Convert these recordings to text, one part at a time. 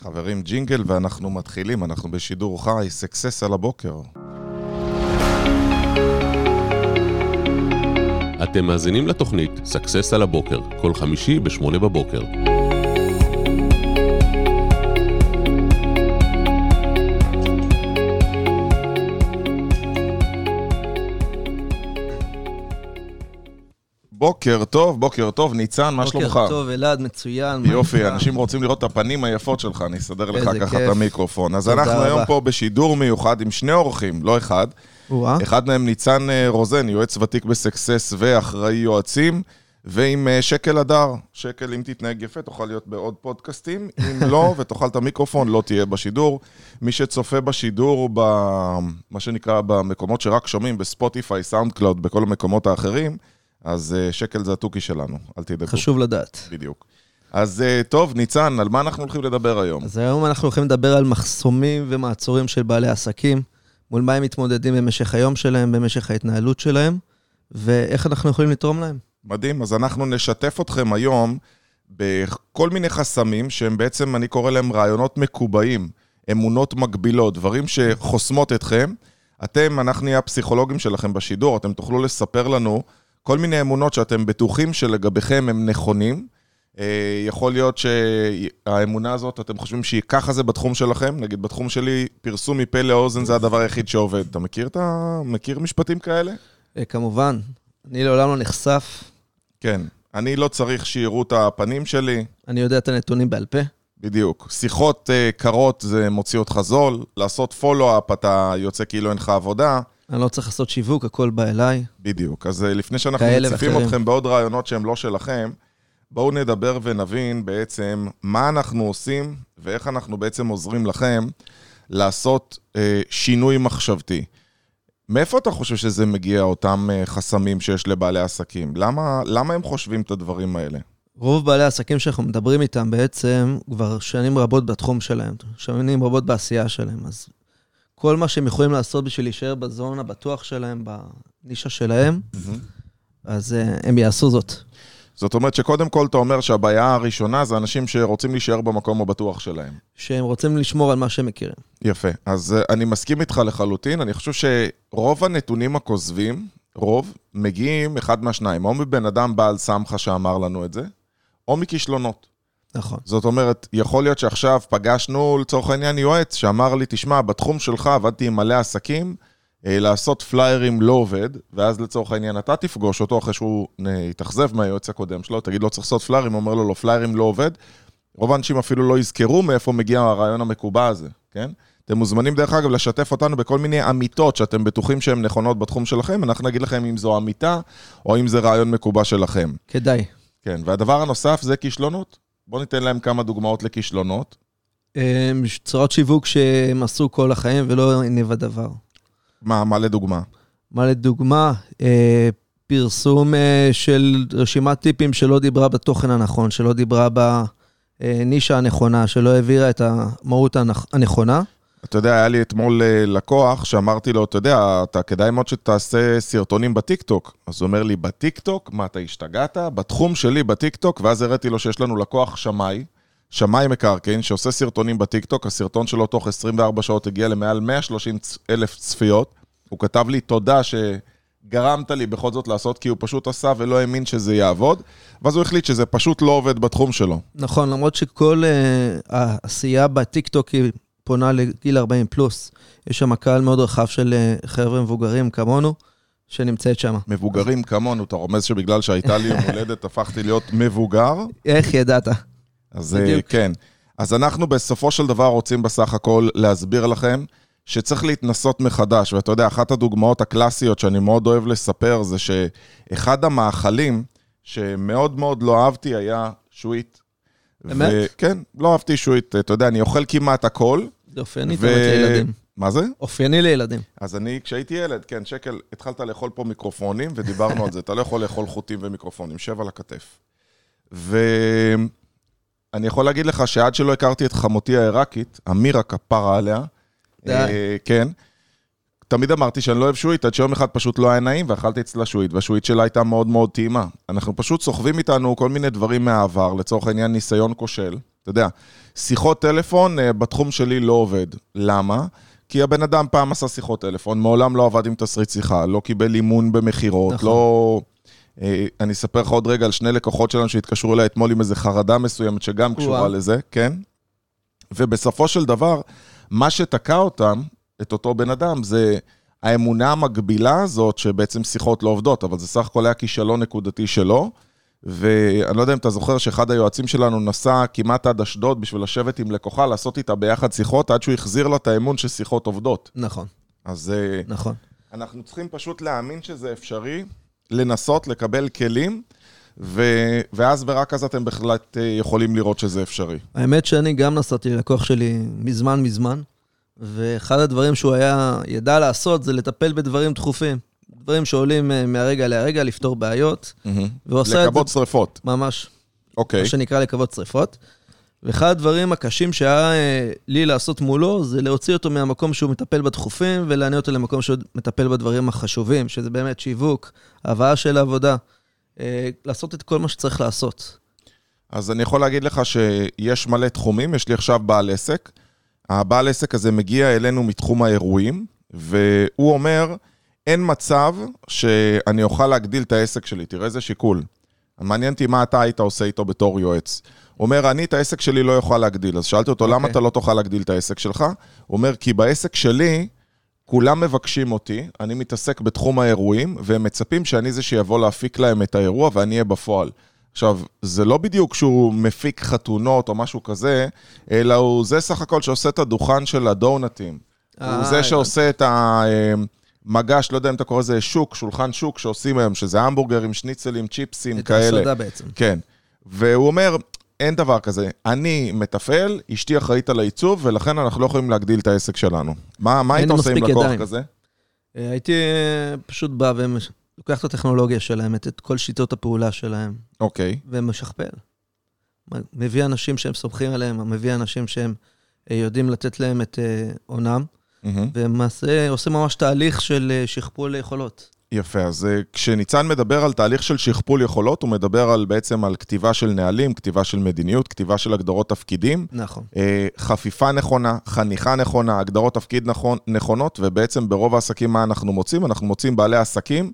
חברים, ג'ינגל ואנחנו מתחילים, אנחנו בשידור חי, סקסס על הבוקר. אתם מאזינים לתוכנית סקסס על הבוקר, כל חמישי ב8 בבוקר. בוקר טוב, ניצן, מה שלומך? בוקר טוב, אלעד, מצוין. יופי, אנשים רוצים לראות את הפנים היפות שלך, אני אסדר לך ככה את המיקרופון. אז אנחנו היום פה בשידור מיוחד עם שני אורחים, לא אחד. אחד מהם ניצן רוזן, יועץ ותיק בסקסס ואחראי יועצים, ועם שקל הדר. שקל, אם תתנהג יפה, תוכל להיות בעוד פודקאסטים, אם לא, ותוכל את המיקרופון, לא תהיה בשידור. מי שצופה בשידור, מה שנקרא, במקומות שרק שומעים, בספוטיפיי, סאונד קלאוד, בכל המקומות האחרים, אז שקל זה התוקי שלנו, אל תדאגו. חשוב לדעת. בדיוק. אז טוב, ניצן, על מה אנחנו הולכים לדבר היום? אז היום אנחנו הולכים לדבר על מחסומים ומעצורים של בעלי עסקים, מול מה הם מתמודדים במשך היום שלהם, במשך ההתנהלות שלהם, ואיך אנחנו יכולים לתרום להם. מדהים, אז אנחנו נשתף אתכם היום בכל מיני חסמים, שהם בעצם, אני קורא להם רעיונות מקובעים, אמונות מגבילות, דברים שחוסמות אתכם. אנחנו נהיה הפסיכולוגים שלכם בשידור, אתם תוכלו לספר לנו כל מיני אמונות שאתם בטוחים שלגביכם הם נכונים. יכול להיות שהאמונה הזאת, אתם חושבים שהיא ככה זה בתחום שלכם. נגיד, בתחום שלי, פרסום מפה לאוזן זה הדבר היחיד שעובד. אתה מכיר משפטים כאלה? כמובן. אני לעולם לא נחשף. כן. אני לא צריך שיראו את הפנים שלי. אני יודע את הנתונים בעל פה. בדיוק. שיחות קרות זה מוציא אותך זול. לעשות פולו-אפ אתה יוצא כאילו אינך עבודה. אני לא צריך לעשות שיווק, הכל בא אליי. בדיוק. אז לפני שאנחנו מציפים אתכם בעוד רעיונות שהם לא שלכם, בואו נדבר ונבין בעצם מה אנחנו עושים, ואיך אנחנו בעצם עוזרים לכם לעשות שינוי מחשבתי. מאיפה אתה חושב שזה מגיע, אותם חסמים שיש לבעלי עסקים? למה הם חושבים את הדברים האלה? רוב בעלי העסקים שאנחנו מדברים איתם בעצם כבר שנים רבות בתחום שלהם, שנים רבות בעשייה שלהם, אז כל מה שהם יכולים לעשות בשביל להישאר בזון הבטוח שלהם, בנישה שלהם, אז הם יעשו זאת. זאת אומרת שקודם כל אתה אומר שהבעיה הראשונה זה אנשים שרוצים להישאר במקום הבטוח שלהם. שהם רוצים לשמור על מה שהם מכירים. יפה. אז אני מסכים איתך לחלוטין. אני חושב שרוב הנתונים הכוזבים, מגיעים אחד מהשניים. או מבן אדם בעל סמכה שאמר לנו את זה, או מכישלונות. נכון. זאת אומרת, יכול להיות שעכשיו פגשנו לצורך העניין יועץ שאמר לי, תשמע, בתחום שלך עבדתי עם מלא עסקים, לעשות פליירים לא עובד, ואז לצורך העניין אתה תפגוש אותו אחרי שהוא יתאכזב מהיועץ הקודם שלו, תגיד לו צריך לעשות פליירים, אומר לו, לא, פליירים לא עובד, רוב האנשים אפילו לא יזכרו מאיפה מגיע הרעיון המקובע הזה, כן? אתם מוזמנים דרך אגב לשתף אותנו בכל מיני אמיתות שאתם בטוחים שהן נכונות בתחום שלכם, אנחנו נגיד לכם אם זו אמיתה, או אם זה רעיון מקובע שלכם. כדאי. כן, והדבר הנוסף זה כישלונות. בואו ניתן להם כמה דוגמאות לכישלונות. צורות שיווק שהם עשו כל החיים ולא הניב הדבר. מה לדוגמה? מה לדוגמה? פרסום של רשימת טיפים שלא דיברה בתוכן הנכון, שלא דיברה בנישה הנכונה, שלא העבירה את המהות הנכונה. אתה יודע, היה לי אתמול לקוח שאמרתי לו, אתה יודע, אתה כדאי מאוד שתעשה סרטונים בטיקטוק. אז הוא אומר לי, בטיקטוק? מה, אתה השתגעת? בתחום שלי בטיקטוק, ואז הראיתי לו שיש לנו לקוח שמאי מקרקעין, שעושה סרטונים בטיקטוק, הסרטון שלו תוך 24 שעות הגיע למעל 130,000 צפיות. הוא כתב לי, תודה שגרמת לי בכל זאת לעשות, כי הוא פשוט עשה ולא האמין שזה יעבוד, ואז הוא החליט שזה פשוט לא עובד בתחום שלו. נכון, למרות שכל העשייה בטיקטוק היא פונה לגיל 40 פלוס. יש שם קהל מאוד רחב של חבר'ה מבוגרים כמונו, שנמצאת שם. מבוגרים כמונו, אתה רומז שבגלל שהייתה לי יום הולדת, הפכתי להיות מבוגר? איך ידעת? אז כן. אז אנחנו בסופו של דבר רוצים בסך הכל להסביר לכם, שצריך להתנסות מחדש, ואתה יודע, אחת הדוגמאות הקלאסיות שאני מאוד אוהב לספר, זה שאחד המאכלים שמאוד מאוד לא אהבתי היה שועית. באמת? כן, לא אהבתי שועית, אתה יודע, אני אוכל כמעט הכל. זה אופייני תמיד לילדים. מה זה? אופייני לילדים. אז אני, כשהייתי ילד, כן, שקל, התחלת לאכול פה מיקרופונים, ודיברנו על זה, אתה לא יכול לאכול חוטים ומיקרופונים, שב על הכתף. ואני יכול להגיד לך שעד שלא הכרתי את חמותי העיראקית, אמירה כפרה עליה, כן, תמיד אמרתי שאני לא אוהב שועית, עד שיום אחד פשוט לא היה נעים, ואכלתי אצלה שועית, והשועית שלה הייתה מאוד מאוד טעימה. אנחנו פשוט סוחבים איתנו כל מיני דברים מהעבר, לצורך העניין ניסיון כושל. אתה יודע, שיחות טלפון בתחום שלי לא עובד. למה? כי הבן אדם פעם עשה שיחות טלפון, מעולם לא עבד עם תסריט שיחה, לא קיבל אימון במחירות, נכון. לא... אני אספר לך עוד רגע על שני לקוחות שלנו שהתקשרו אליי אתמול עם איזו חרדה מסוימת שגם קשורה לזה, כן? ובסופו של דבר, מה שתקע אותם, את אותו בן אדם, זה האמונה המקבילה הזאת, שבעצם שיחות לא עובדות, אבל זה סך הכל היה כישלון נקודתי שלו, ואני לא יודע אם אתה זוכר שאחד היועצים שלנו נסע כמעט עד אשדוד בשביל לשבת עם לקוחה, לעשות איתה ביחד שיחות, עד שהוא החזיר לה את האמון ששיחות עובדות. נכון. אז נכון. אנחנו צריכים פשוט להאמין שזה אפשרי, לנסות, לקבל כלים, ואז ורק אז אתם בהחלט יכולים לראות שזה אפשרי. האמת שאני גם נסעתי ללקוח שלי מזמן, ואחד הדברים שהוא ידע לעשות זה לטפל בדברים דחופים. דברים שעולים מהרגע להרגע, לפתור בעיות. לקוות שריפות. ממש. אוקיי. מה שנקרא לקוות שריפות. ואחד הדברים הקשים שהיה לי לעשות מולו, זה להוציא אותו מהמקום שהוא מטפל בדחופים, ולהניע אותו למקום שהוא מטפל בדברים החשובים, שזה באמת שיווק, הבאה של העבודה. לעשות את כל מה שצריך לעשות. אז אני יכול להגיד לך שיש מלא תחומים, יש לי עכשיו בעל עסק, הבעל עסק הזה מגיע אלינו מתחום האירועים, והוא אומר, אין מצב שאני אוכל להגדיל את העסק שלי, תראה איזה שיקול. מעניין אותי מה אתה היית עושה איתו בתור יועץ. הוא אומר, אני את העסק שלי לא יוכל להגדיל, אז שאלתי אותו, למה אתה לא תוכל להגדיל את העסק שלך? הוא אומר, כי בעסק שלי, כולם מבקשים אותי, אני מתעסק בתחום האירועים, והם מצפים שאני זה שיבוא להפיק להם את האירוע, ואני אהיה בפועל. עכשיו, זה לא בדיוק שהוא מפיק חתונות או משהו כזה, אלא הוא זה סך הכל שעושה את הדוכן של הדונטים. הוא זה שעושה את המגש, לא יודע אם אתה קורא לזה שוק, שולחן שוק שעושים היום, שזה המבורגרים, שניצלים, צ'יפסים, כאלה. את הסודה בעצם. כן. והוא אומר, אין דבר כזה. אני מטפל, אשתי אחראית על העיצוב, ולכן אנחנו לא יכולים להגדיל את העסק שלנו. מה היית עושה עם לקוח כזה? הייתי פשוט בא לוקח את הטכנולוגיה שלהם, את כל שיטות הפעולה שלהם. אוקיי. ומשכפל. מביא אנשים שהם סומכים עליהם, מביא אנשים שהם יודעים לתת להם את עונם, ועושה ממש תהליך של שכפול יכולות. יפה, אז כשניצן מדבר על תהליך של שכפול יכולות, הוא מדבר בעצם על כתיבה של נהלים, כתיבה של מדיניות, כתיבה של הגדרות תפקידים. נכון. חפיפה נכונה, חניכה נכונה, הגדרות תפקיד נכונות, ובעצם ברוב העסקים מה אנחנו מוצאים? אנחנו מוצאים בעלי עסקים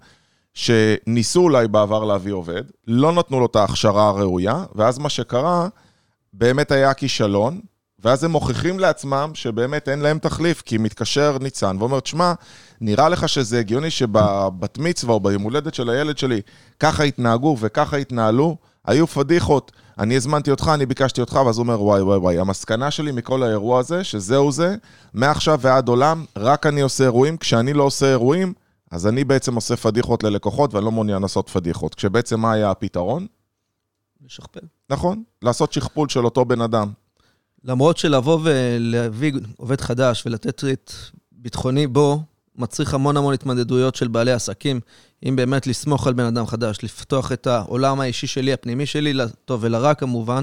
שניסו אולי בעבר להביא עובד, לא נתנו לו את ההכשרה הראויה, ואז מה שקרה, באמת היה כישלון, ואז הם מוכיחים לעצמם שבאמת אין להם תחליף, כי מתקשר ניצן ואומר, תשמע, נראה לך שזה הגיוני שבבת מצווה או ביום הולדת של הילד שלי, ככה התנהגו וככה התנהלו, היו פדיחות, אני הזמנתי אותך, אני ביקשתי אותך, ואז הוא אומר, וואי, המסקנה שלי מכל האירוע הזה, שזהו זה, מעכשיו ועד עולם, רק אני עושה אירועים, כשאני לא עושה אירועים, אז אני בעצם עושה פדיחות ללקוחות, ואני לא מעוניין לעשות פדיחות. כשבעצם מה היה הפתרון? לשכפל. נכון, לעשות שכפול של אותו בן אדם. למרות שלבוא ולהביא עובד חדש ולתת את ביטחוני בו, מצריך המון התמודדויות של בעלי עסקים, אם באמת לסמוך על בן אדם חדש, לפתוח את העולם האישי שלי, הפנימי שלי, לטוב ולרע כמובן,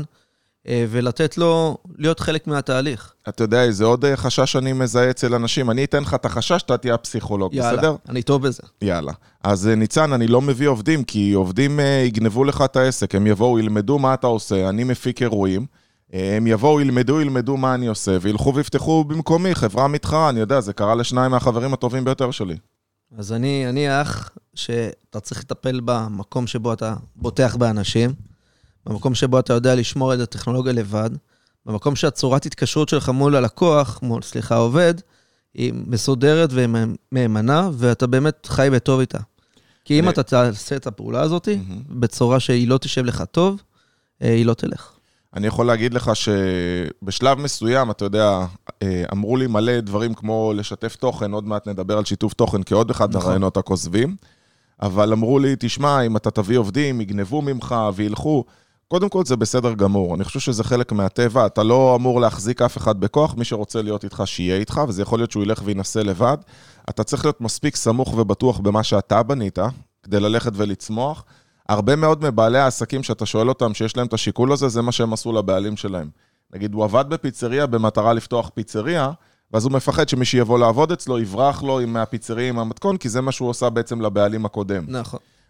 ולתת לו להיות חלק מהתהליך. אתה יודע, זה עוד חשש אני מזהה אצל אנשים. אני אתן לך את החשש, אתה תהיה הפסיכולוג, יאללה, בסדר? אני טוב בזה. יאללה. אז ניצן, אני לא מביא עובדים, כי עובדים יגנבו לך את העסק, הם יבואו, ילמדו מה אתה עושה, אני מפיק אירועים, הם יבואו, ילמדו מה אני עושה, וילכו ויפתחו במקומי, חברה מתחרה, אני יודע, זה קרה לשניים מהחברים הטובים ביותר שלי. אז אני האח שאתה צריך לטפל במקום שבו אתה בוטח באנשים, במקום שבו אתה יודע לשמור את הטכנולוגיה לבד, במקום שהצורת התקשרות שלך מול הלקוח, עובד, היא מסודרת ומאמנה, ואתה באמת חי בטוב איתה. כי אם אתה תעשה את הפעולה הזאת, בצורה שהיא לא תשב לך טוב, היא לא תלך. אני יכול להגיד לך שבשלב מסוים, אתה יודע, אמרו לי מלא דברים כמו לשתף תוכן, עוד מעט נדבר על שיתוף תוכן, כי עוד אחד הרעיונות הכוזבים, אבל אמרו לי, תשמע, אם אתה תביא עובדים, יגנבו ממך וילכו, קודם כל זה בסדר גמור, אני חושב שזה חלק מהטבע, אתה לא אמור להחזיק אף אחד בכוח, מי שרוצה להיות איתך שיהיה איתך, וזה יכול להיות שהוא ילך וינסה לבד, אתה צריך להיות מספיק סמוך ובטוח במה שאתה בנית, כדי ללכת ולצמוח, הרבה מאוד מבעלי העסקים שאתה שואל אותם שיש להם את השיקול הזה, זה מה שהם עשו לבעלים שלהם. נגיד, הוא עבד בפיצריה במטרה לפתוח פיצריה, ואז הוא מפחד שמי שיבוא לעבוד אצלו, יברח לו מהפיצריה עם המתכון, כי זה מה שהוא עושה בעצם לבעלים הקודם. נכון.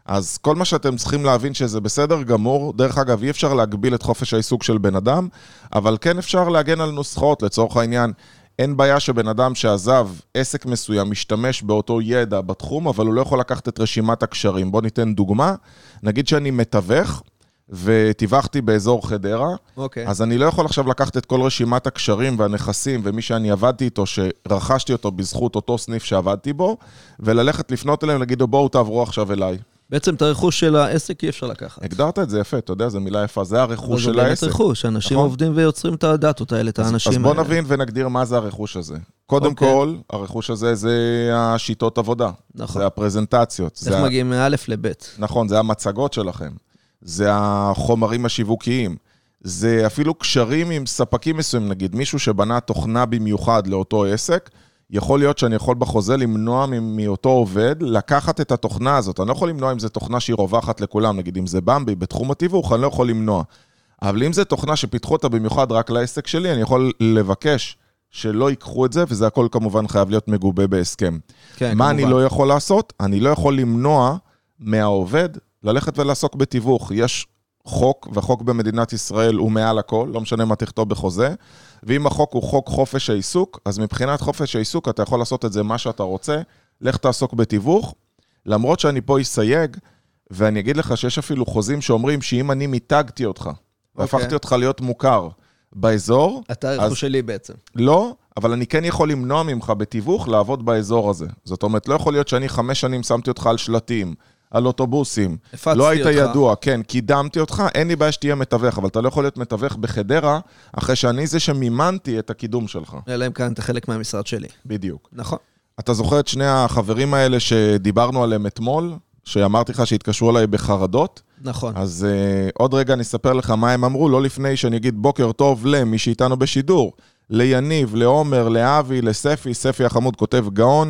אז כל מה שאתם צריכים להבין שזה בסדר גמור, דרך אגב, אי אפשר להגביל את חופש העיסוק של בן אדם, אבל כן אפשר להגן על נוסחאות, לצורך העניין, אין בעיה שבן אדם שעזב עסק מסוים, משתמש באותו ידע בתחום, אבל הוא לא יכול לקחת את רשימת הקשרים. בוא ניתן דוגמה, נגיד שאני מתווך, וטיווחתי באזור חדרה, אז אני לא יכול עכשיו לקחת את כל רשימת הקשרים והנכסים, ומי שאני עבדתי איתו, שרכשתי אותו בזכות אותו סניף שעבדתי בו, וללכת לפנות אליהם, להגיד לו, בואו תעברו עכשיו אליי. בעצם את הרכוש של העסק אי אפשר לקחת. הגדרת את זה יפה, אתה יודע, זו מילה יפה, זה הרכוש של העסק. זה באמת רכוש, אנשים עובדים ויוצרים את הדאטות האלה, את האנשים האלה. אז בוא נבין ונגדיר מה זה הרכוש הזה. קודם כל, הרכוש הזה זה השיטות עבודה. נכון. זה הפרזנטציות. איך מגיעים מאלף לבית. נכון, זה המצגות שלכם. זה החומרים השיווקיים. זה אפילו קשרים עם ספקים מסוים, נגיד, מישהו שבנה תוכנה במיוחד לאותו עסק, יכול להיות שאני יכול בחוזה למנוע מאותו עובד, לקחת את התוכנה הזאת. אני לא יכול למנוע אם זה תוכנה שהיא רווחת לכולם, נגיד אם זה במבי, בתחום התיווך, אני לא יכול למנוע. אבל אם זה תוכנה שפיתחו אותה במיוחד רק לעסק שלי, אני יכול לבקש שלא ייקחו את זה, וזה הכל כמובן חייב להיות מגובה בהסכם. כן, מה כמובן. אני לא יכול לעשות? אני לא יכול למנוע מהעובד ללכת ולעסוק בתיווך. יש חוק, והחוק במדינת ישראל הוא מעל הכל, לא משנה מה תכתוב בחוזה, ואם החוק הוא חוק חופש העיסוק, אז מבחינת חופש העיסוק אתה יכול לעשות את זה מה שאתה רוצה, לך תעסוק בתיווך, למרות שאני פה אסייג, ואני אגיד לך שיש אפילו חוזים שאומרים שאם אני מיתגתי אותך, והפכתי אותך להיות מוכר באזור, אתה רכוש שלי בעצם. לא, אבל אני כן יכול למנוע ממך בתיווך לעבוד באזור הזה. זאת אומרת, לא יכול להיות שאני 5 שנים שמתי אותך על שלטים, על אוטובוסים, לא היית ידוע, כן, קידמתי אותך, אין לי בעיה שתהיה מתווך, אבל אתה לא יכול להיות מתווך בחדרה, אחרי שאני זה שמימנתי את הקידום שלך. אלא אם כאן אתה חלק מהמשרד שלי. בדיוק. נכון. אתה זוכר את שני החברים האלה שדיברנו עליהם אתמול, שאמרתי לך שהתקשרו עליי בחרדות? נכון. אז עוד רגע אני אספר לך מה הם אמרו, לא לפני שאני אגיד בוקר טוב למי שאיתנו בשידור, ליניב, לעומר, לאבי, לספי, ספי החמוד כותב גאון,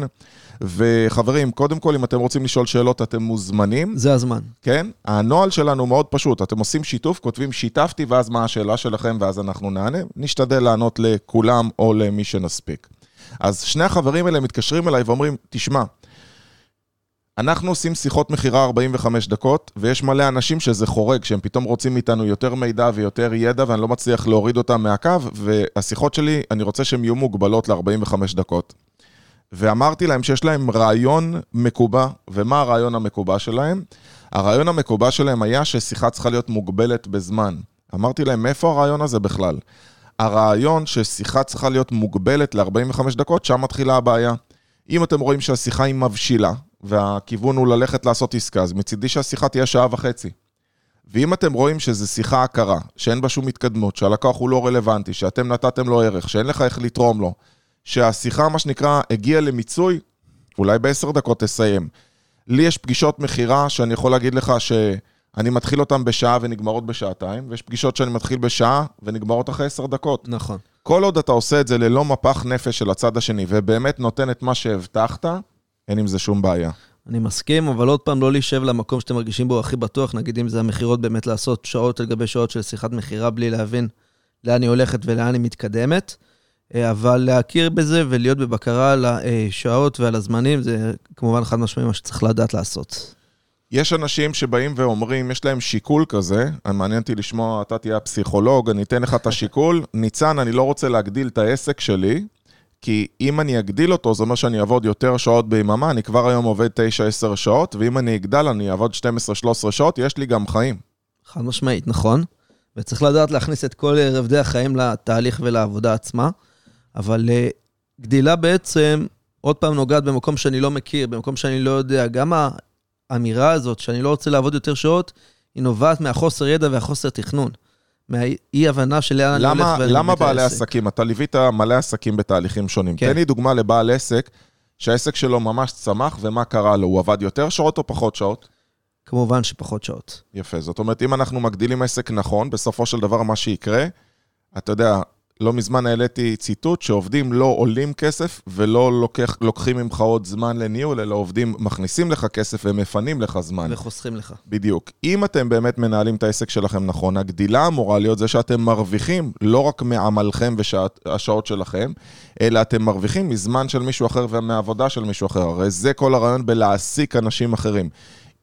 וחברים, קודם כל, אם אתם רוצים לשאול שאלות, אתם מוזמנים. זה הזמן. כן? הנוהל שלנו מאוד פשוט. אתם עושים שיתוף, כותבים שיתפתי, ואז מה השאלה שלכם, ואז אנחנו נענה. נשתדל לענות לכולם או למי שנספיק. אז שני החברים האלה מתקשרים אליי ואומרים, תשמע, אנחנו עושים שיחות מחירה 45 דקות, ויש מלא אנשים שזה חורג, שהם פתאום רוצים איתנו יותר מידע ויותר ידע, ואני לא מצליח להוריד אותם מהקו, והשיחות שלי, אני רוצה שהן יהיו מוגבלות ל-45 דקות. ואמרתי להם שיש להם רעיון מקובע, ומה הרעיון המקובע שלהם? הרעיון המקובע שלהם היה ששיחה צריכה להיות מוגבלת בזמן. אמרתי להם, מאיפה הרעיון הזה בכלל? הרעיון ששיחה צריכה להיות מוגבלת ל-45 דקות, שם מתחילה הבעיה. אם אתם רואים שהשיחה היא מבשילה, והכיוון הוא ללכת לעשות עסקה, אז מצידי שהשיחה תהיה 1.5 שעות. ואם אתם רואים שזו שיחה הכרה, שאין בה שום התקדמות, שהלקוח הוא לא רלוונטי, שאתם נתתם לו ערך, שאין לך איך לתרום לו, שהשיחה, מה שנקרא, הגיעה למיצוי, אולי ב10 דקות תסיים. לי יש פגישות מחירה שאני יכול להגיד לך שאני מתחיל אותן בשעה ונגמרות בשעתיים, ויש פגישות שאני מתחיל בשעה ונגמרות אחרי 10 דקות. נכון. כל עוד אתה עושה את זה ללא מפח נפש של הצד השני, ובאמת נותן את מה שהבטחת, אין עם זה שום בעיה. אני מסכים, אבל עוד פעם לא להישב למקום שאתם מרגישים בו הכי בטוח, נגיד אם זה המחירות באמת לעשות שעות על גבי שעות של שיחת מחירה, בלי להבין לאן היא הולכת ולאן היא מתקדמת, אבל להכיר בזה ולהיות בבקרה על השעות ועל הזמנים, זה כמובן חד משמעי מה שצריך לדעת לעשות. יש אנשים שבאים ואומרים, יש להם שיקול כזה, מעניין אותי לשמוע, אתה תהיה הפסיכולוג, אני אתן לך את השיקול, ניצן, אני לא רוצה להגדיל את העסק שלי, כי אם אני אגדיל אותו, זה אומר שאני אעבוד יותר שעות ביממה, אני כבר היום עובד 9-10 שעות, ואם אני אגדל, אני אעבוד 12-13 שעות, יש לי גם חיים. חד משמעית, נכון. וצריך לדעת להכניס את כל רבדי החיים לתהליך ולעבודה עצמה, אבל גדילה בעצם, עוד פעם נוגעת במקום שאני לא מכיר, במקום שאני לא יודע, גם האמירה הזאת, שאני לא רוצה לעבוד יותר שעות, היא נובעת מהחוסר ידע והחוסר תכנון. מהאי הבנה של לאן אני הולך ואני למה בעלי עסקים? אתה ליווית מלא עסקים בתהליכים שונים. תן לי דוגמה לבעל עסק, שהעסק שלו ממש צמח, ומה קרה לו? הוא עבד יותר שעות או פחות שעות? כמובן שפחות שעות. יפה, זאת אומרת, אם אנחנו מגדילים עסק נכון, בסופו של דבר מה שיקרה, אתה יודע, לא מזמן העליתי ציטוט שעובדים לא עולים כסף ולא לוקחים ממך עוד זמן לניהול, אלא עובדים מכניסים לך כסף ומפנים לך זמן. וחוסכים לך. בדיוק. אם אתם באמת מנהלים את העסק שלכם נכון, הגדילה אמורה להיות זה שאתם מרוויחים לא רק מעמלכם והשעות שלכם, אלא אתם מרוויחים מזמן של מישהו אחר ומעבודה של מישהו אחר. הרי זה כל הרעיון בלהעסיק אנשים אחרים.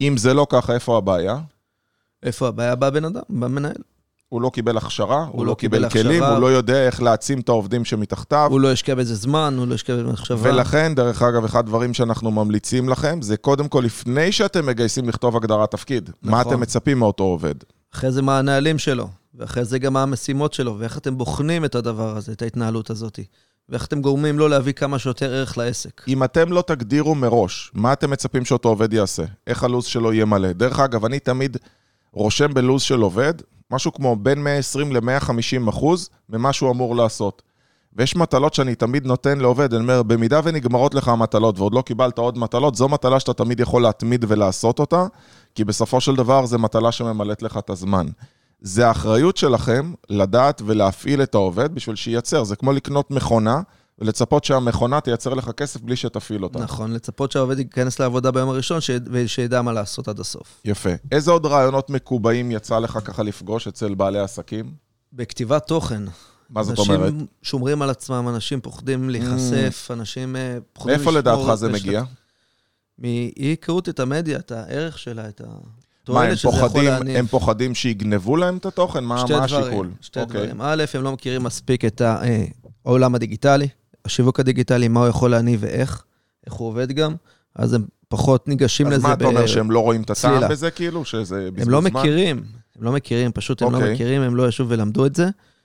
אם זה לא ככה, איפה הבעיה? איפה הבעיה? בבן אדם, במנהל. הוא לא קיבל הכשרה, הוא לא קיבל כלים, הוא לא יודע איך להעצים את העובדים שמתחתיו. הוא לא השקיע בזה זמן, הוא לא השקיע בזה מחשבה. ולכן, דרך אגב, אחד הדברים שאנחנו ממליצים לכם, זה קודם כל לפני שאתם מגייסים לכתוב הגדרת תפקיד. נכון. מה אתם מצפים מאותו עובד? אחרי זה מה הנהלים שלו, ואחרי זה גם מה המשימות שלו, ואיך אתם בוחנים את הדבר הזה, את ההתנהלות הזאת, ואיך אתם גורמים לו להביא כמה שיותר ערך לעסק. אם אתם לא תגדירו מראש, מה אתם מצפים שאותו עובד יעשה? איך הלו"ז שלו יהיה מלא? דרך אגב, אני תמיד רושם בלו"ז של עובד, משהו כמו בין 120 ל-150% ממה שהוא אמור לעשות. ויש מטלות שאני תמיד נותן לעובד, אני אומר, במידה ונגמרות לך המטלות, ועוד לא קיבלת עוד מטלות, זו מטלה שאתה תמיד יכול להתמיד ולעשות אותה, כי בסופו של דבר זו מטלה שממלאת לך את הזמן. זה האחריות שלכם לדעת ולהפעיל את העובד בשביל שייצר. זה כמו לקנות מכונה, ולצפות שהמכונה תייצר לך כסף בלי שתפעיל אותה. נכון, לצפות שהעובד ייכנס לעבודה ביום הראשון, ושידע מה לעשות עד הסוף. יפה. איזה עוד רעיונות מקובעים יצא לך ככה לפגוש אצל בעלי עסקים? בכתיבת תוכן. מה זאת אומרת? אנשים שומרים על עצמם, אנשים פוחדים להיחשף, אנשים פוחדים מאיפה לדעתך זה מגיע? מהיכרות את המדיה, את הערך שלה, את מה, הם פוחדים שיגנבו להם את התוכן? מה השיקול? שתי דברים. א', הם לא מכירים מספיק את העולם הדיגיטלי, השיווק הדיגיטלי, מה הוא יכול להניב ואיך, איך הוא עובד גם, אז הם פחות ניגשים לזה. אז מה אתה אומר, שהם לא רואים את הטעם בזה כאילו? הם לא מכירים, פשוט הם לא מכירים, הם לא ישוב ולמדו את זה,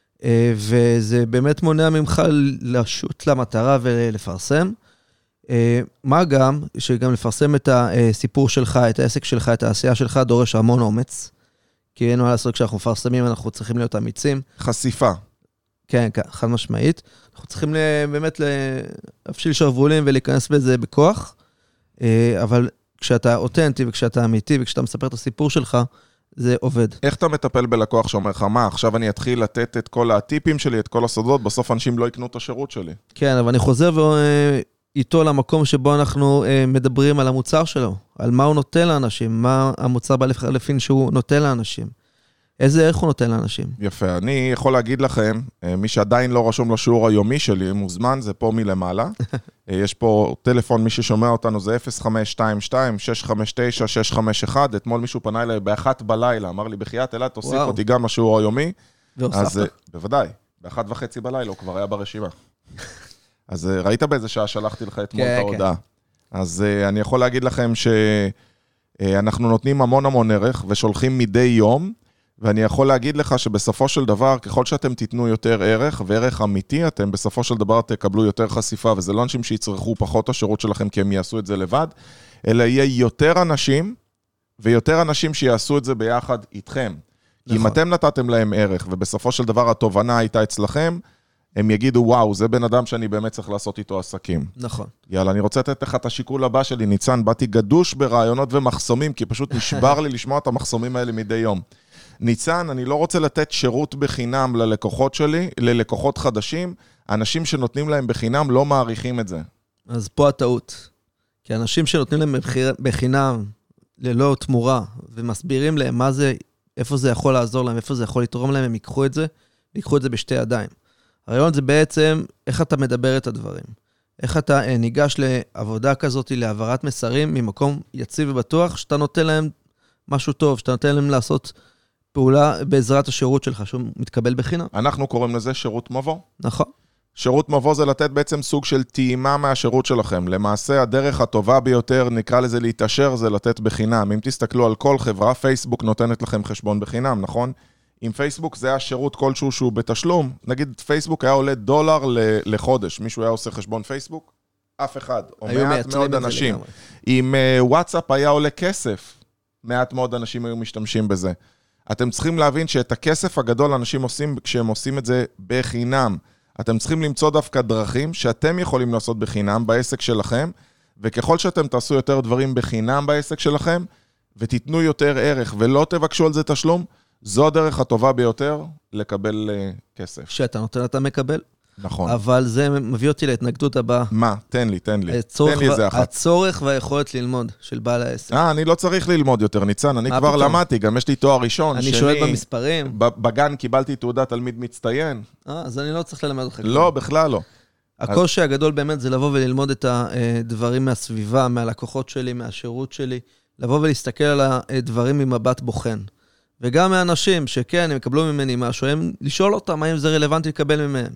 וזה באמת מונע ממך לשוט למטרה ולפרסם. מה גם, שגם לפרסם את הסיפור שלך, את העסק שלך, את העשייה שלך, דורש המון אומץ, כי אין מה לעשות כשאנחנו מפרסמים, אנחנו צריכים להיות אמיצים. חשיפה. כן, חד משמעית. אנחנו צריכים באמת להפשיל שרוולים ולהיכנס בזה בכוח, אבל כשאתה אותנטי וכשאתה אמיתי וכשאתה מספר את הסיפור שלך, זה עובד. איך אתה מטפל בלקוח שאומר לך, מה, עכשיו אני אתחיל לתת את כל הטיפים שלי, את כל הסודות, בסוף אנשים לא יקנו את השירות שלי. כן, אבל אני חוזר איתו למקום שבו אנחנו מדברים על המוצר שלו, על מה הוא נותן לאנשים, מה המוצר לפין שהוא נותן לאנשים. איזה ערך הוא נותן לאנשים? יפה, אני יכול להגיד לכם, מי שעדיין לא רשום לשיעור היומי שלי, מוזמן, זה פה מלמעלה. יש פה טלפון, מי ששומע אותנו זה 0522-659-651, אתמול מישהו פנה אליי באחת בלילה, אמר לי, בחיית אלעד, תוסיף אותי גם לשיעור היומי. והוספת? בוודאי, ב1:30 בלילה, הוא כבר היה ברשימה. אז ראית באיזה שעה שלחתי לך אתמול את ההודעה. אז אני יכול להגיד לכם שאנחנו נותנים המון ערך, ושולחים מדי יום, ואני יכול להגיד לך שבסופו של דבר, ככל שאתם תיתנו יותר ערך, וערך אמיתי, אתם בסופו של דבר תקבלו יותר חשיפה, וזה לא אנשים שיצרכו פחות השירות שלכם, כי הם יעשו את זה לבד, אלא יהיה יותר אנשים, ויותר אנשים שיעשו את זה ביחד איתכם. כי אם אתם נתתם להם ערך, ובסופו של דבר התובנה הייתה אצלכם, הם יגידו, וואו, זה בן אדם שאני באמת צריך לעשות איתו עסקים. נכון. יאללה, אני רוצה לתת לך את השיקול הבא שלי, ניצן, באתי גדוש ברעיונות ומחסומים, כי פשוט נשבר לי לשמוע את המחסומים האלה מדי יום. ניצן, אני לא רוצה לתת שירות בחינם ללקוחות שלי, ללקוחות חדשים, אנשים שנותנים להם בחינם לא מעריכים את זה. אז פה הטעות. כי אנשים שנותנים להם בחינם, ללא תמורה, ומסבירים להם מה זה, איפה זה יכול לעזור להם, איפה זה יכול לתרום להם, הם ייקחו את זה בשתי ידיים. הרעיון זה בעצם איך אתה מדבר את הדברים. איך אתה ניגש לעבודה כזאת, להעברת מסרים ממקום יציב ובטוח, שאתה נותן להם משהו טוב, שאתה נותן להם לעשות פעולה בעזרת השירות שלך, שהוא מתקבל בחינם. אנחנו קוראים לזה שירות מבוא. נכון. שירות מבוא זה לתת בעצם סוג של טעימה מהשירות שלכם. למעשה הדרך הטובה ביותר, נקרא לזה להתאשר, זה לתת בחינם. אם תסתכלו על כל חברה, פייסבוק נותנת לכם חשבון בחינם, נכון? אם פייסבוק זה היה שירות כלשהו שהוא בתשלום, נגיד פייסבוק היה עולה $1 לחודש, מישהו היה עושה חשבון פייסבוק? אף אחד, או מעט מאוד אנשים. אם וואטסאפ היה עולה כסף, מעט מאוד אנשים היו משתמשים בזה. אתם צריכים להבין שאת הכסף הגדול אנשים עושים כשהם עושים את זה בחינם. אתם צריכים למצוא דווקא דרכים שאתם יכולים לעשות בחינם בעסק שלכם, וככל שאתם תעשו יותר דברים בחינם בעסק שלכם, ותיתנו יותר ערך ולא תבקשו על זה תשלום, זו הדרך הטובה ביותר לקבל כסף. שאתה נותן, אתה מקבל. נכון. אבל זה מביא אותי להתנגדות הבאה. מה? תן לי. תן לי איזה אחת. הצורך והיכולת ללמוד של בעל העסק. אני לא צריך ללמוד יותר, ניצן. אני כבר למדתי, גם יש לי תואר ראשון. אני שואל במספרים. בגן קיבלתי תעודת תלמיד מצטיין. אז אני לא צריך ללמד אותך. לא, בכלל לא. הקושי הגדול באמת זה לבוא וללמוד את הדברים מהסביבה, מהלקוחות שלי, מהשירות שלי, לבוא ולהסתכל על הדברים ממבט בוחן. וגם מאנשים שכן, הם יקבלו ממני משהו, הם לשאול אותם האם זה רלוונטי לקבל ממהם.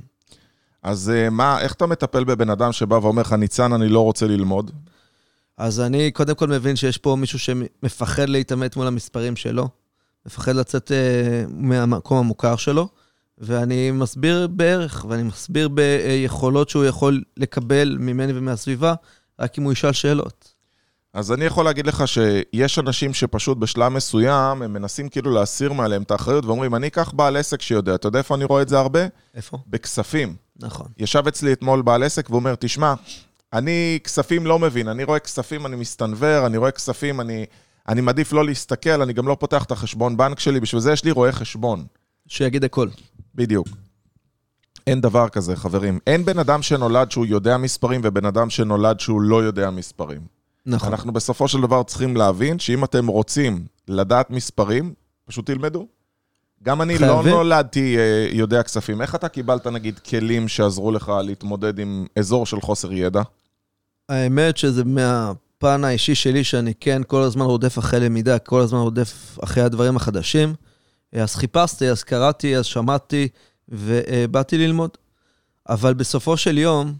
אז איך אתה מטפל בבן אדם שבא ואומר לך, ניצן, אני לא רוצה ללמוד? אז אני קודם כל מבין שיש פה מישהו שמפחד להתאמת מול המספרים שלו, מפחד לצאת מהמקום המוכר שלו, ואני מסביר בערך, ואני מסביר ביכולות שהוא יכול לקבל ממני ומהסביבה, רק אם הוא ישאל שאלות. אז אני יכול להגיד לך שיש אנשים שפשוט בשלב מסוים, הם מנסים כאילו להסיר מעליהם את האחריות, ואומרים, אני אקח בעל עסק שיודע. אתה יודע איפה אני רואה את זה הרבה? איפה? בכספים. נכון. ישב אצלי אתמול בעל עסק ואומר, תשמע, אני כספים לא מבין, אני רואה כספים, אני מסתנבר, אני רואה כספים, אני מעדיף לא להסתכל, אני גם לא פותח את החשבון בנק שלי, בשביל זה יש לי רואה חשבון. שיגיד הכל. בדיוק. אין דבר כזה, חברים. אין בן אדם שנולד שהוא יודע מספרים, ובן אדם שנולד שהוא לא יודע מספרים. נכון. אנחנו בסופו של דבר צריכים להבין, שאם אתם רוצים לדעת מספרים, פשוט תלמדו. גם אני לא נולדתי יודע כספים. איך אתה קיבלת, נגיד, כלים שעזרו לך להתמודד עם אזור של חוסר ידע? האמת שזה מהפן האישי שלי, שאני כן כל הזמן רודף אחרי למידה, כל הזמן רודף אחרי הדברים החדשים. אז חיפשתי, אז קראתי, אז שמעתי, ובאתי ללמוד. אבל בסופו של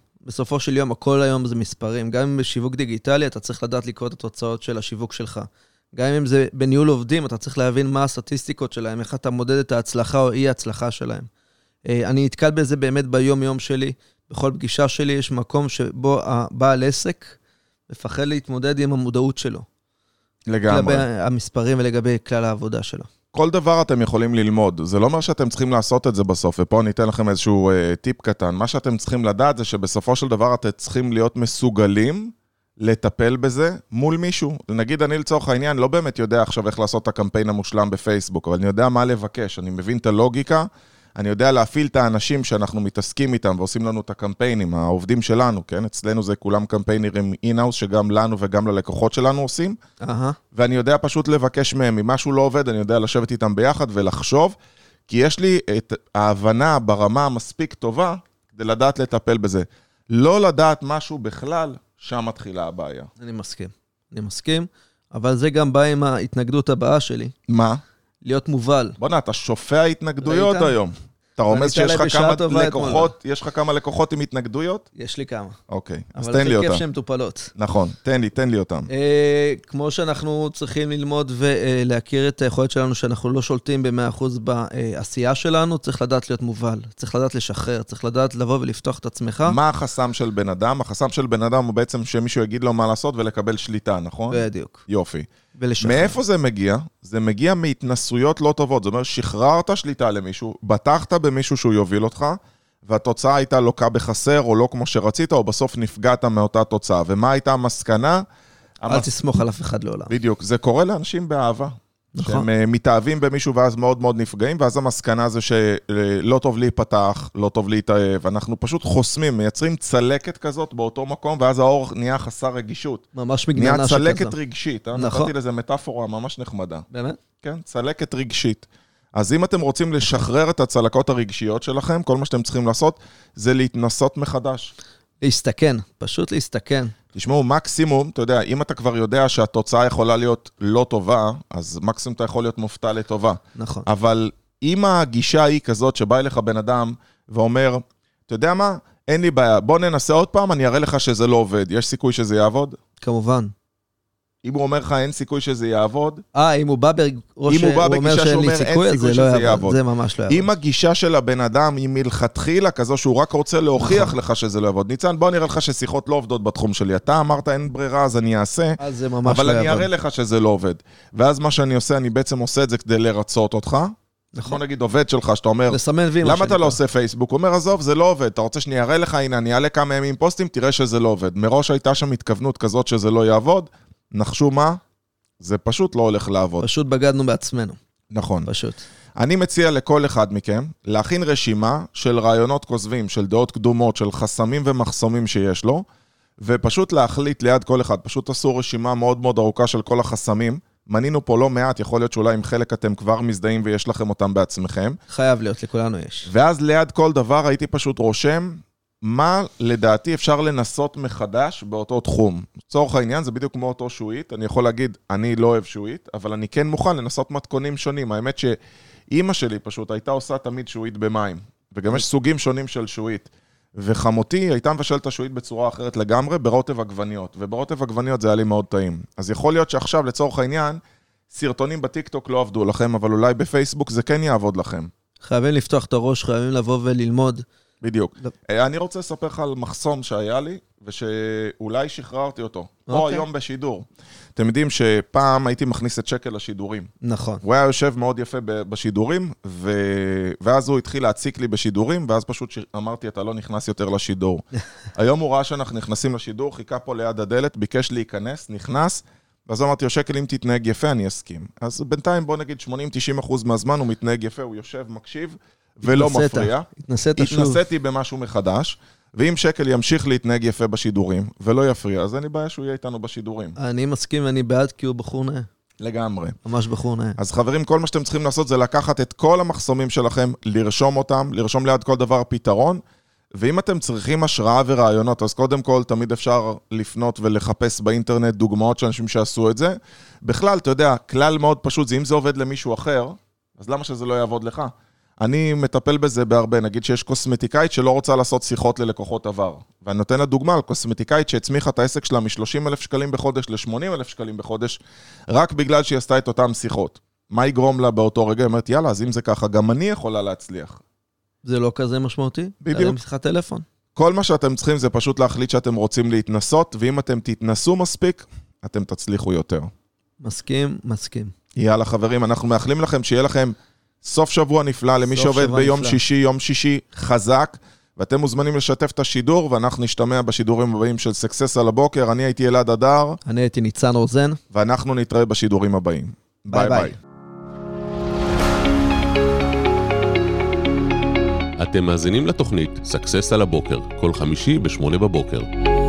יום, הכל היום זה מספרים. גם אם בשיווק דיגיטלי, אתה צריך לדעת לקרוא את התוצאות של השיווק שלך. גם אם זה בניהול עובדים, אתה צריך להבין מה הסטטיסטיקות שלהם, איך אתה מודד את ההצלחה או אי ההצלחה שלהם. אני נתקל בזה באמת ביום-יום שלי. בכל פגישה שלי יש מקום שבו הבעל עסק מפחד להתמודד עם המודעות שלו. לגמרי. לגבי המספרים ולגבי כלל העבודה שלו. כל דבר אתם יכולים ללמוד. זה לא אומר שאתם צריכים לעשות את זה בסוף, ופה אני אתן לכם איזשהו טיפ קטן. מה שאתם צריכים לדעת זה שבסופו של דבר אתם צריכים להיות מסוגלים לטפל בזה מול מישהו. נגיד, אני לצורך העניין לא באמת יודע עכשיו איך לעשות את הקמפיין המושלם בפייסבוק, אבל אני יודע מה לבקש, אני מבין את הלוגיקה, אני יודע להפעיל את האנשים שאנחנו מתעסקים איתם ועושים לנו את הקמפיינים, העובדים שלנו, כן? אצלנו זה כולם קמפיינרים אין-האוס שגם לנו וגם ללקוחות שלנו עושים, ואני יודע פשוט לבקש מהם, אם משהו לא עובד, אני יודע לשבת איתם ביחד ולחשוב, כי יש לי את ההבנה ברמה המספיק טובה כדי לדעת לטפל בזה. לא לדעת משהו בכלל, שם מתחילה הבעיה. אני מסכים, אבל זה גם בא עם ההתנגדות הבאה שלי. מה? להיות מובל. בוא נה, אתה שופע התנגדויות היום. אתה רומז שיש לך כמה לקוחות עם התנגדויות? יש לי כמה. אוקיי, אז תן לי אותם. אבל זה כיף שהן מטופלות. נכון, תן לי אותם. כמו שאנחנו צריכים ללמוד ולהכיר את היכולת שלנו, שאנחנו לא שולטים ב100% בעשייה שלנו, צריך לדעת להיות מובל, צריך לדעת לשחרר, צריך לדעת לבוא ולפתוח את עצמך. מה החסם של בן אדם? החסם של בן אדם הוא בעצם שמישהו יגיד לו מה לעשות ולקבל שליטה, נכון? בדיוק. יופי. מאיפה זה מגיע? זה מגיע מהתנסויות לא טובות. זאת אומרת, שחררת שליטה למישהו, בטחת במישהו שהוא יוביל אותך, והתוצאה הייתה לוקה בחסר, או לא כמו שרצית, או בסוף נפגעת מאותה תוצאה. ומה הייתה המסקנה? אל תסמוך על אף אחד לעולם. בדיוק. זה קורה לאנשים באהבה. נכון. שהם מתאהבים במישהו ואז מאוד מאוד נפגעים, ואז המסקנה זה שלא טוב להיפתח, לא טוב להתאהב, אנחנו פשוט חוסמים, מייצרים צלקת כזאת באותו מקום, ואז האור נהיה חסר רגישות. ממש מגננה שכזו. נהיה צלקת רגשית, נכון. נתתי לזה מטאפורה ממש נחמדה. באמת? כן, צלקת רגשית. אז אם אתם רוצים לשחרר את הצלקות הרגשיות שלכם, כל מה שאתם צריכים לעשות זה להתנסות מחדש. להסתכן, פשוט להסתכן. תשמעו, מקסימום, אתה יודע, אם אתה כבר יודע שהתוצאה יכולה להיות לא טובה, אז מקסימום אתה יכול להיות מופתע לטובה. נכון. אבל אם הגישה היא כזאת שבא אליך בן אדם ואומר, אתה יודע מה? אין לי בעיה, בוא ננסה עוד פעם, אני אראה לך שזה לא עובד. יש סיכוי שזה יעבוד? כמובן. אם הוא אומר לך אין סיכוי שזה יעבוד? אם הוא בא בראש הוא אומר שאין לי סיכוי, אז זה לא יעבוד. זה ממש לא יעבוד. אם הגישה של הבן אדם היא מלכתחילה כזו שהוא רק רוצה להוכיח לך שזה לא יעבוד. ניצן, בוא נראה לך ששיחות לא עובדות בתחום שלי. אתה אמרת אין ברירה, אז אני אעשה. אז זה ממש לא אבל אני אראה לך שזה לא עובד. ואז מה שאני עושה, אני בעצם עושה את זה כדי לרצות אותך. בוא נגיד עובד שלך, שאתה אומר, למה אתה לא עושה פייסבוק? הוא אומר, עזוב, זה לא עובד. אתה רוצה שאני אראה לך, הנה, אני אעלה כמה ימים פוסטים, תראה שזה לא עובד. מראש הייתה שם התכוונות כזאת שזה לא יעבוד. נחשו מה? זה פשוט לא הולך לעבוד. פשוט בגדנו בעצמנו. נכון. פשוט. אני מציע לכל אחד מכם להכין רשימה של רעיונות כוזבים, של דעות קדומות, של חסמים ומחסומים שיש לו, ופשוט להחליט ליד כל אחד. פשוט תעשו רשימה מאוד מאוד ארוכה של כל החסמים. מנינו פה לא מעט, יכול להיות שאולי עם חלק אתם כבר מזדהים ויש לכם אותם בעצמכם. חייב להיות, לכולנו יש. ואז ליד כל דבר הייתי פשוט רושם מה לדעתי אפשר לנסות מחדש באותו תחום. לצורך העניין זה בדיוק כמו אותו שועית, אני יכול להגיד, אני לא אוהב שועית, אבל אני כן מוכן לנסות מתכונים שונים. האמת שאימא שלי פשוט הייתה עושה תמיד שועית במים, וגם יש סוגים שונים של שועית. וחמותי הייתה מבשלת השועית בצורה אחרת לגמרי, ברוטב עגבניות, וברוטב עגבניות זה היה לי מאוד טעים. אז יכול להיות שעכשיו לצורך העניין, סרטונים בטיקטוק לא עבדו לכם, אבל אולי בפייסבוק זה כן יעבוד לכם. חייבים לפתוח את הראש, חייבים לבוא וללמוד. בדיוק. אני רוצה לספר לך על מחסום שהיה לי, ושאולי שחררתי אותו. או היום בשידור. אתם יודעים שפעם הייתי מכניס את שקל לשידורים. נכון. הוא היה יושב מאוד יפה בשידורים, ואז הוא התחיל להציק לי בשידורים, ואז פשוט אמרתי, אתה לא נכנס יותר לשידור. היום הוא ראה שאנחנו נכנסים לשידור, חיכה פה ליד הדלת, ביקש להיכנס, נכנס, ואז אמרתי, שקל, אם תתנהג יפה, אני אסכים. אז בינתיים בוא נגיד 80-90% מהזמן הוא מתנהג יפה, הוא יושב, מקשיב, ולא מפריע. התנסיתי במשהו מחדש, ואם שקל ימשיך להתנהג יפה בשידורים, ולא יפריע, אז אין לי בעיה שהוא יהיה איתנו בשידורים. אני מסכים, אני בעד, כי הוא בחור נאה. לגמרי. ממש בחור נאה. אז חברים, כל מה שאתם צריכים לעשות זה לקחת את כל המחסומים שלכם, לרשום אותם, לרשום ליד כל דבר פתרון, ואם אתם צריכים השראה ורעיונות, אז קודם כל תמיד אפשר לפנות ולחפש באינטרנט דוגמאות של אנשים שעשו את זה. בכלל, אתה יודע, כלל מאוד פשוט, זה אם זה עובד למישהו אחר, אז למה שזה לא יעבוד לך? אני מטפל בזה בהרבה, נגיד שיש קוסמטיקאית שלא רוצה לעשות שיחות ללקוחות עבר. ואני נותן לה דוגמה על קוסמטיקאית שהצמיחה את העסק שלה מ-30,000 שקלים בחודש ל-80,000 שקלים בחודש, רק בגלל שהיא עשתה את אותם שיחות. מה יגרום לה באותו רגע? היא אומרת, יאללה, אז אם זה ככה, גם אני יכולה להצליח. זה לא כזה משמעותי? בדיוק. שיחת טלפון. כל מה שאתם צריכים זה פשוט להחליט שאתם רוצים להתנסות, ואם אתם תתנסו מספיק, אתם תצליחו יותר. מסכים. יאללה חברים, אנחנו מאחלים לכם שיהיה לכם סוף שבוע נפלא, למי שעובד ביום שישי, יום שישי חזק, ואתם מוזמנים לשתף את השידור, ואנחנו נשתמע בשידורים הבאים של סקסס על הבוקר. אני הייתי אלעד אדר. אני הייתי ניצן רוזן. ואנחנו נתראה בשידורים הבאים. ביי ביי. אתם מאזינים לתוכנית סקסס על הבוקר, כל חמישי ב8 בבוקר.